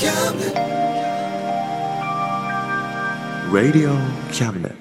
Radio Cabinet。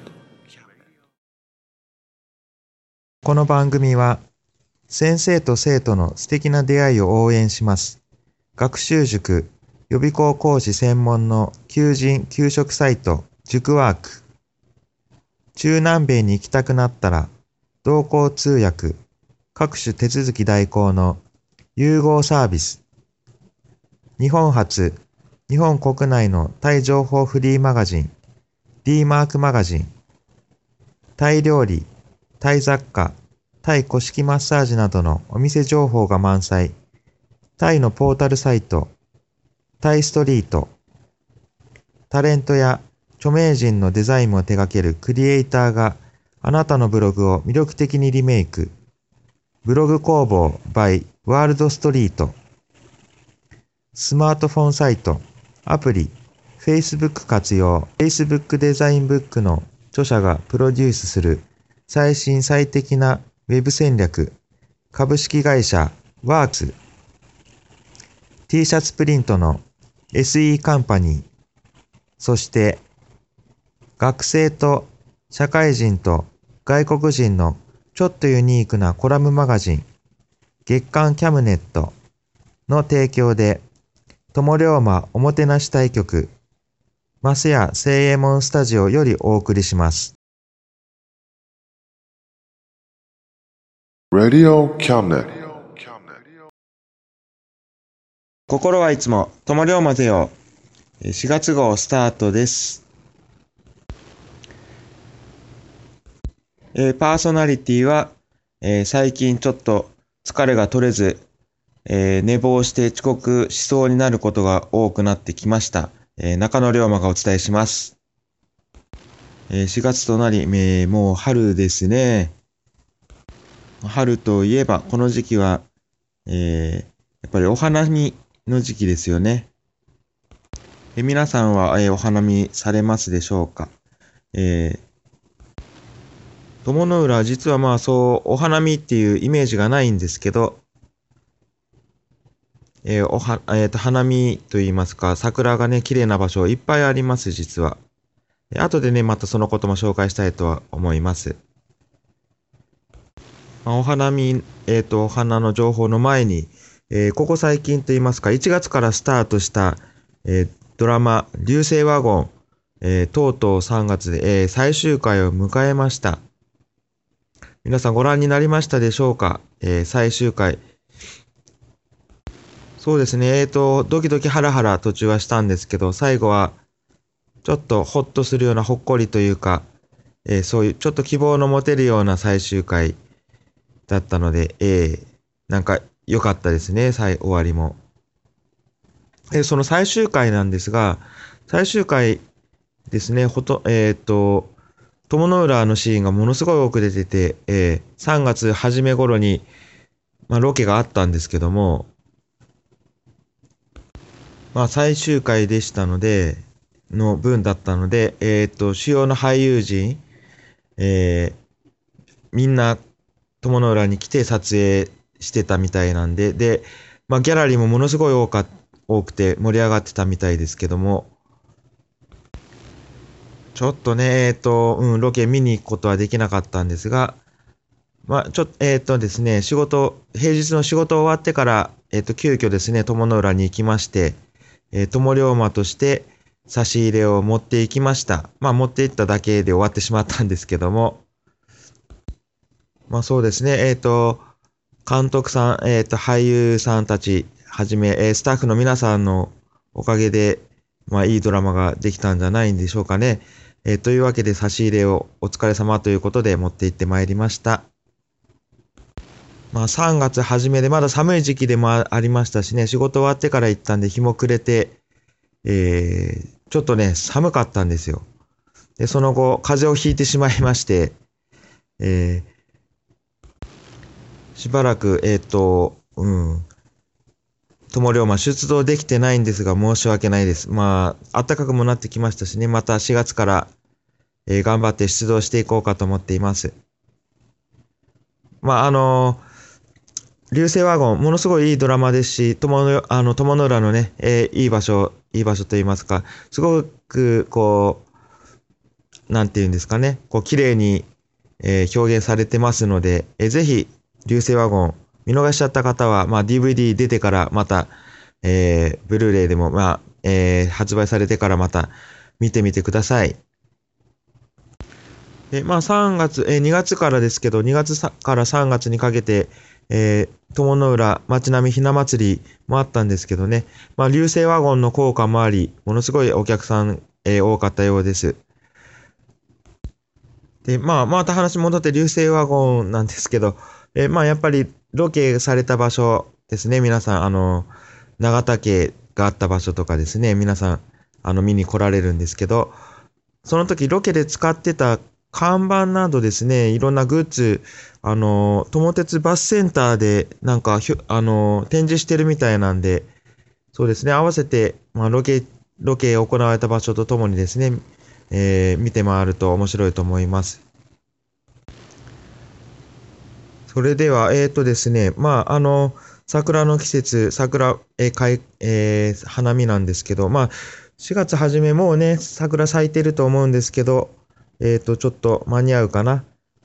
この番組は先生と生徒の素敵な出会いを応援します。学習塾予備校講師専門の求人・求職サイト塾ワーク。中南米に行きたくなったら同行通訳、各種手続き代行の融合サービス。日本初、日本国内のタイ情報フリーマガジン D マークマガジン。タイ料理、タイ雑貨、タイ古式マッサージなどのお店情報が満載。タイのポータルサイト、タイストリート。タレントや著名人のデザインも手掛けるクリエイターがあなたのブログを魅力的にリメイク。ブログ工房 by ワールドストリート。スマートフォンサイト、アプリ、Facebook 活用。Facebook デザインブックの著者がプロデュースする最新最適なウェブ戦略。株式会社ワークス。T シャツプリントの SE カンパニー。そして学生と社会人と外国人のちょっとユニークなコラムマガジン月刊キャムネットの提供で友龍馬おもてなし対局増屋清右衛門スタジオよりお送りします。 Radio Cabinet。 心はいつも友龍馬ぜよ。4月号スタートです。パーソナリティは、最近ちょっと疲れが取れず、寝坊して遅刻しそうになることが多くなってきました。中野龍馬がお伝えします。4月となり、もう春ですね。春といえばこの時期は、やっぱりお花見の時期ですよね。皆さんは、お花見されますでしょうか。鞆の浦は実はそうお花見っていうイメージがないんですけど、花見といいますか、桜がね、綺麗な場所いっぱいあります、実は。後でね、またそのことも紹介したいとは思います。お花見、お花の情報の前に、ここ最近といいますか、1月からスタートした、ドラマ、流星ワゴン、とうとう3月で、最終回を迎えました。皆さんご覧になりましたでしょうか。最終回。そうですね。ドキドキハラハラ途中はしたんですけど、最後はちょっとホッとするようなほっこりというか、そういうちょっと希望の持てるような最終回だったので、なんか良かったですね。終わりも。その最終回なんですが、最終回ですね。鞆の浦のシーンがものすごい多く出てて、3月初め頃に、ロケがあったんですけども、最終回でしたので、の分だったので、主要の俳優陣、みんな鞆の浦に来て撮影してたみたいなんで、ギャラリーもものすごい多くて盛り上がってたみたいですけども、ちょっとね、ロケ見に行くことはできなかったんですが、ですね、平日の仕事終わってから、急遽ですね、鞆の浦に行きまして、友龍馬として差し入れを持って行きました。持って行っただけで終わってしまったんですけども、そうですね、監督さん、俳優さんたちはじめ、スタッフの皆さんのおかげで、いいドラマができたんじゃないんでしょうかね。というわけで差し入れをお疲れ様ということで持って行ってまいりました。3月初めでまだ寒い時期でもありましたしね、仕事終わってから行ったんで日も暮れて、ちょっとね、寒かったんですよ。で、その後、風邪をひいてしまいまして、しばらく、友龍馬出動できてないんですが申し訳ないです。暖かくもなってきましたしね、また4月から、頑張って出動していこうかと思っています。流星ワゴン、ものすごいいいドラマですし、友の浦のね、いい場所いい場所といいますか、すごくなんていうんですかね、綺麗に、表現されてますので、ぜひ、流星ワゴン、見逃しちゃった方は、DVD 出てからまた、ブルーレイでも、発売されてからまた見てみてください。で、3月、2月からですけど、2月から3月にかけて、友の浦町並みひな祭りもあったんですけどね、流星ワゴンの効果もあり、ものすごいお客さん、多かったようです。で、また話戻って流星ワゴンなんですけど、やっぱりロケされた場所ですね、皆さん、長竹があった場所とかですね、皆さん、見に来られるんですけど、その時ロケで使ってた看板などですね、いろんなグッズ、友鉄バスセンターでなんか展示してるみたいなんで、そうですね、合わせて、ロケ行われた場所とともにですね、見て回ると面白いと思います。それでは、ですね、桜の季節、桜、花見なんですけど、4月初めもうね、桜咲いてると思うんですけど、ちょっと間に合うかな。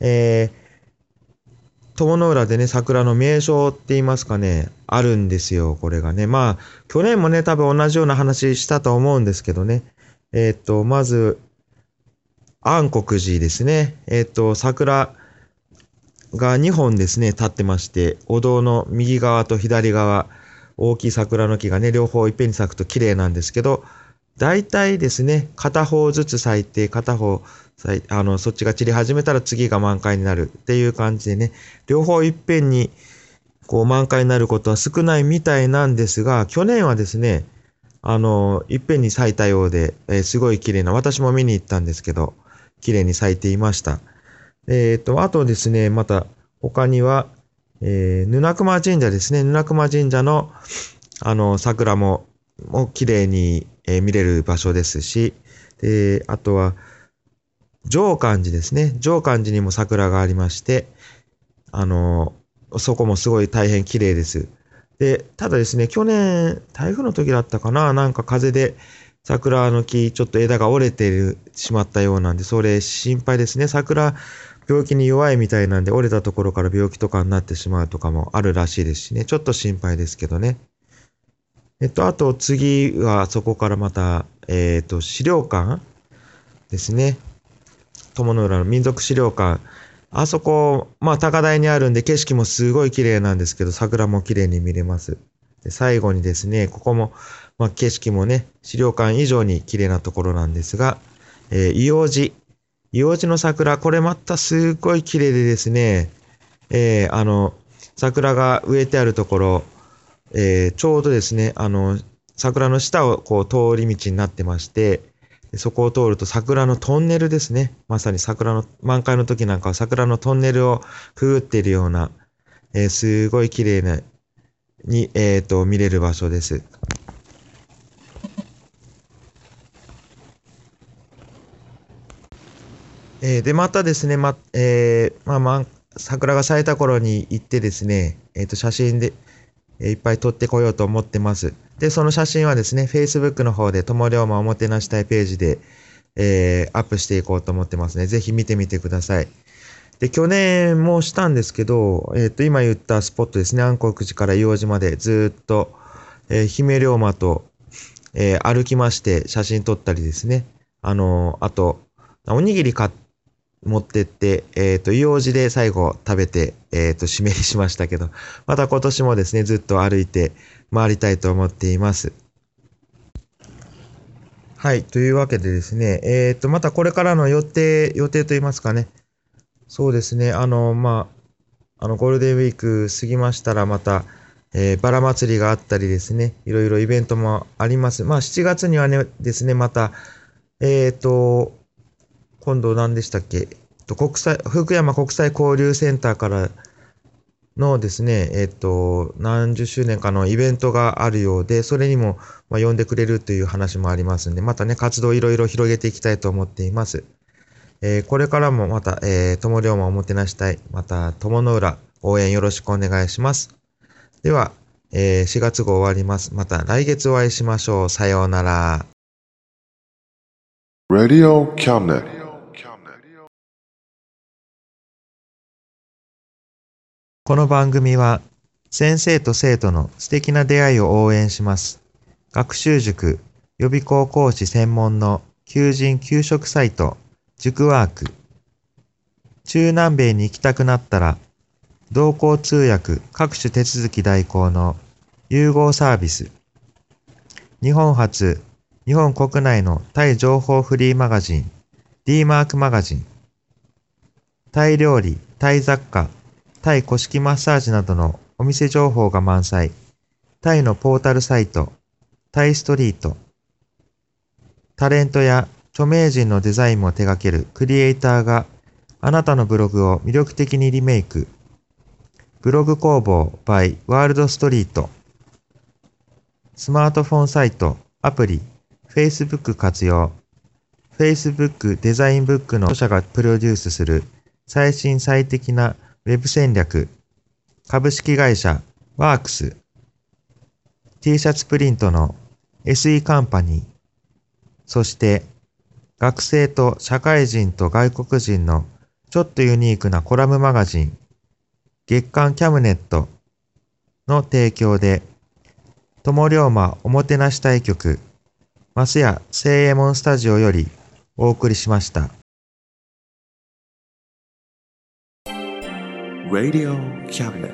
友の浦でね、桜の名所って言いますかね、あるんですよ、これがね。去年もね、多分同じような話したと思うんですけどね。まず、安国寺ですね。桜が2本ですね、立ってまして、お堂の右側と左側、大きい桜の木がね、両方いっぺんに咲くと綺麗なんですけど、大体ですね、片方ずつ咲いて、片方そっちが散り始めたら次が満開になるっていう感じでね、両方いっぺんに満開になることは少ないみたいなんですが、去年はですね、いっぺんに咲いたようで、すごい綺麗な、私も見に行ったんですけど、綺麗に咲いていました。あとですね、また、他には、布熊神社ですね。布熊神社の、桜も綺麗に、見れる場所ですし、で、あとは、上観寺ですね。上観寺にも桜がありまして、そこもすごい大変綺麗です。で、ただですね、去年、台風の時だったかな、なんか風で桜の木、ちょっと枝が折れてしまったようなんで、それ心配ですね。桜、病気に弱いみたいなんで、折れたところから病気とかになってしまうとかもあるらしいですしね。ちょっと心配ですけどね。あと次はそこからまた、資料館ですね。友の浦の民族資料館。あそこ、高台にあるんで景色もすごい綺麗なんですけど、桜も綺麗に見れます。で最後にですね、ここも、景色もね、資料館以上に綺麗なところなんですが、硫黄寺。硫黄寺の桜、これまたすっごい綺麗でですね、桜が植えてあるところ、ちょうどですね、桜の下を通り道になってまして、そこを通ると桜のトンネルですね。まさに桜の、満開の時なんかは桜のトンネルをくぐっているような、すごい綺麗な、見れる場所です。で、またですね、桜が咲いた頃に行ってですね、写真で、いっぱい撮ってこようと思ってます。で、その写真はですね、Facebook の方で、友龍馬おもてなしたいページで、アップしていこうと思ってますね。ぜひ見てみてください。で、去年もしたんですけど、今言ったスポットですね、安国寺から硫黄島までずっと、姫龍馬と、歩きまして写真撮ったりですね。あと、おにぎり持ってって、硫黄寺で最後食べて、締めにしましたけど、また今年もですね、ずっと歩いて回りたいと思っています。はい。というわけでですね、またこれからの予定といいますかね。そうですね、ゴールデンウィーク過ぎましたらまた、バラ祭りがあったりですね、いろいろイベントもあります。7月にはね、ですね、また、今度何でしたっけ、福山国際交流センターからのですね、何十周年かのイベントがあるようで、それにも、呼んでくれるという話もありますんで、またね、活動いろいろ広げていきたいと思っています。これからもまた、友龍馬をおもてなしたい、また、友の浦応援よろしくお願いします。では、 4月号終わります。また来月お会いしましょう。さようなら。 Radio Cabinet. この番組は先生と生徒の素敵な出会いを応援します。学習塾予備校講師専門の求人・求職サイト塾ワーク。中南米に行きたくなったら同行通訳各種手続き代行の融合サービス。日本初、日本国内のタイ情報フリーマガジン D マークマガジン。タイ料理、タイ雑貨、タイ古式マッサージなどのお店情報が満載。タイのポータルサイト、タイストリート。タレントや著名人のデザインも手掛けるクリエイターがあなたのブログを魅力的にリメイク。ブログ工房 by ワールドストリート。スマートフォンサイト、アプリ、Facebook 活用。Facebook デザインブックの著者がプロデュースする最新最適なウェブ戦略。株式会社ワークス。T シャツプリントの SE カンパニー。そして学生と社会人と外国人のちょっとユニークなコラムマガジン月刊キャムネットの提供で友龍馬おもてなし対局増屋正右衛門スタジオよりお送りしました。 Radio Cabinet.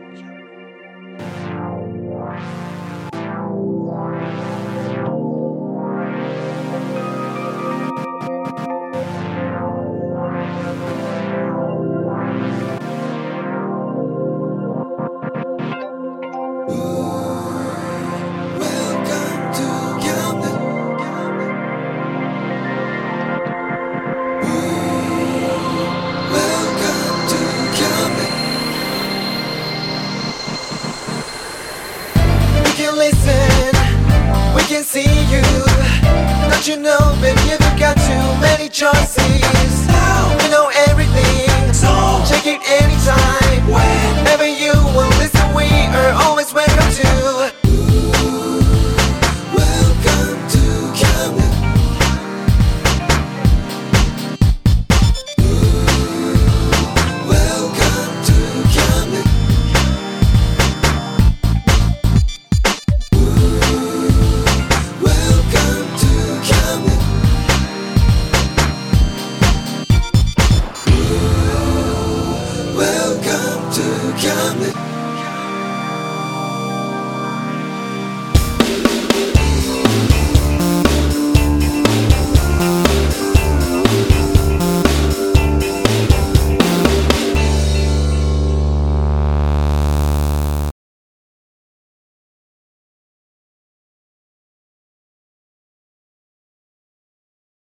Listen, we can see you. Don't you know, baby, you've got too many choices. Now we know everything, so check it anytime, whenever you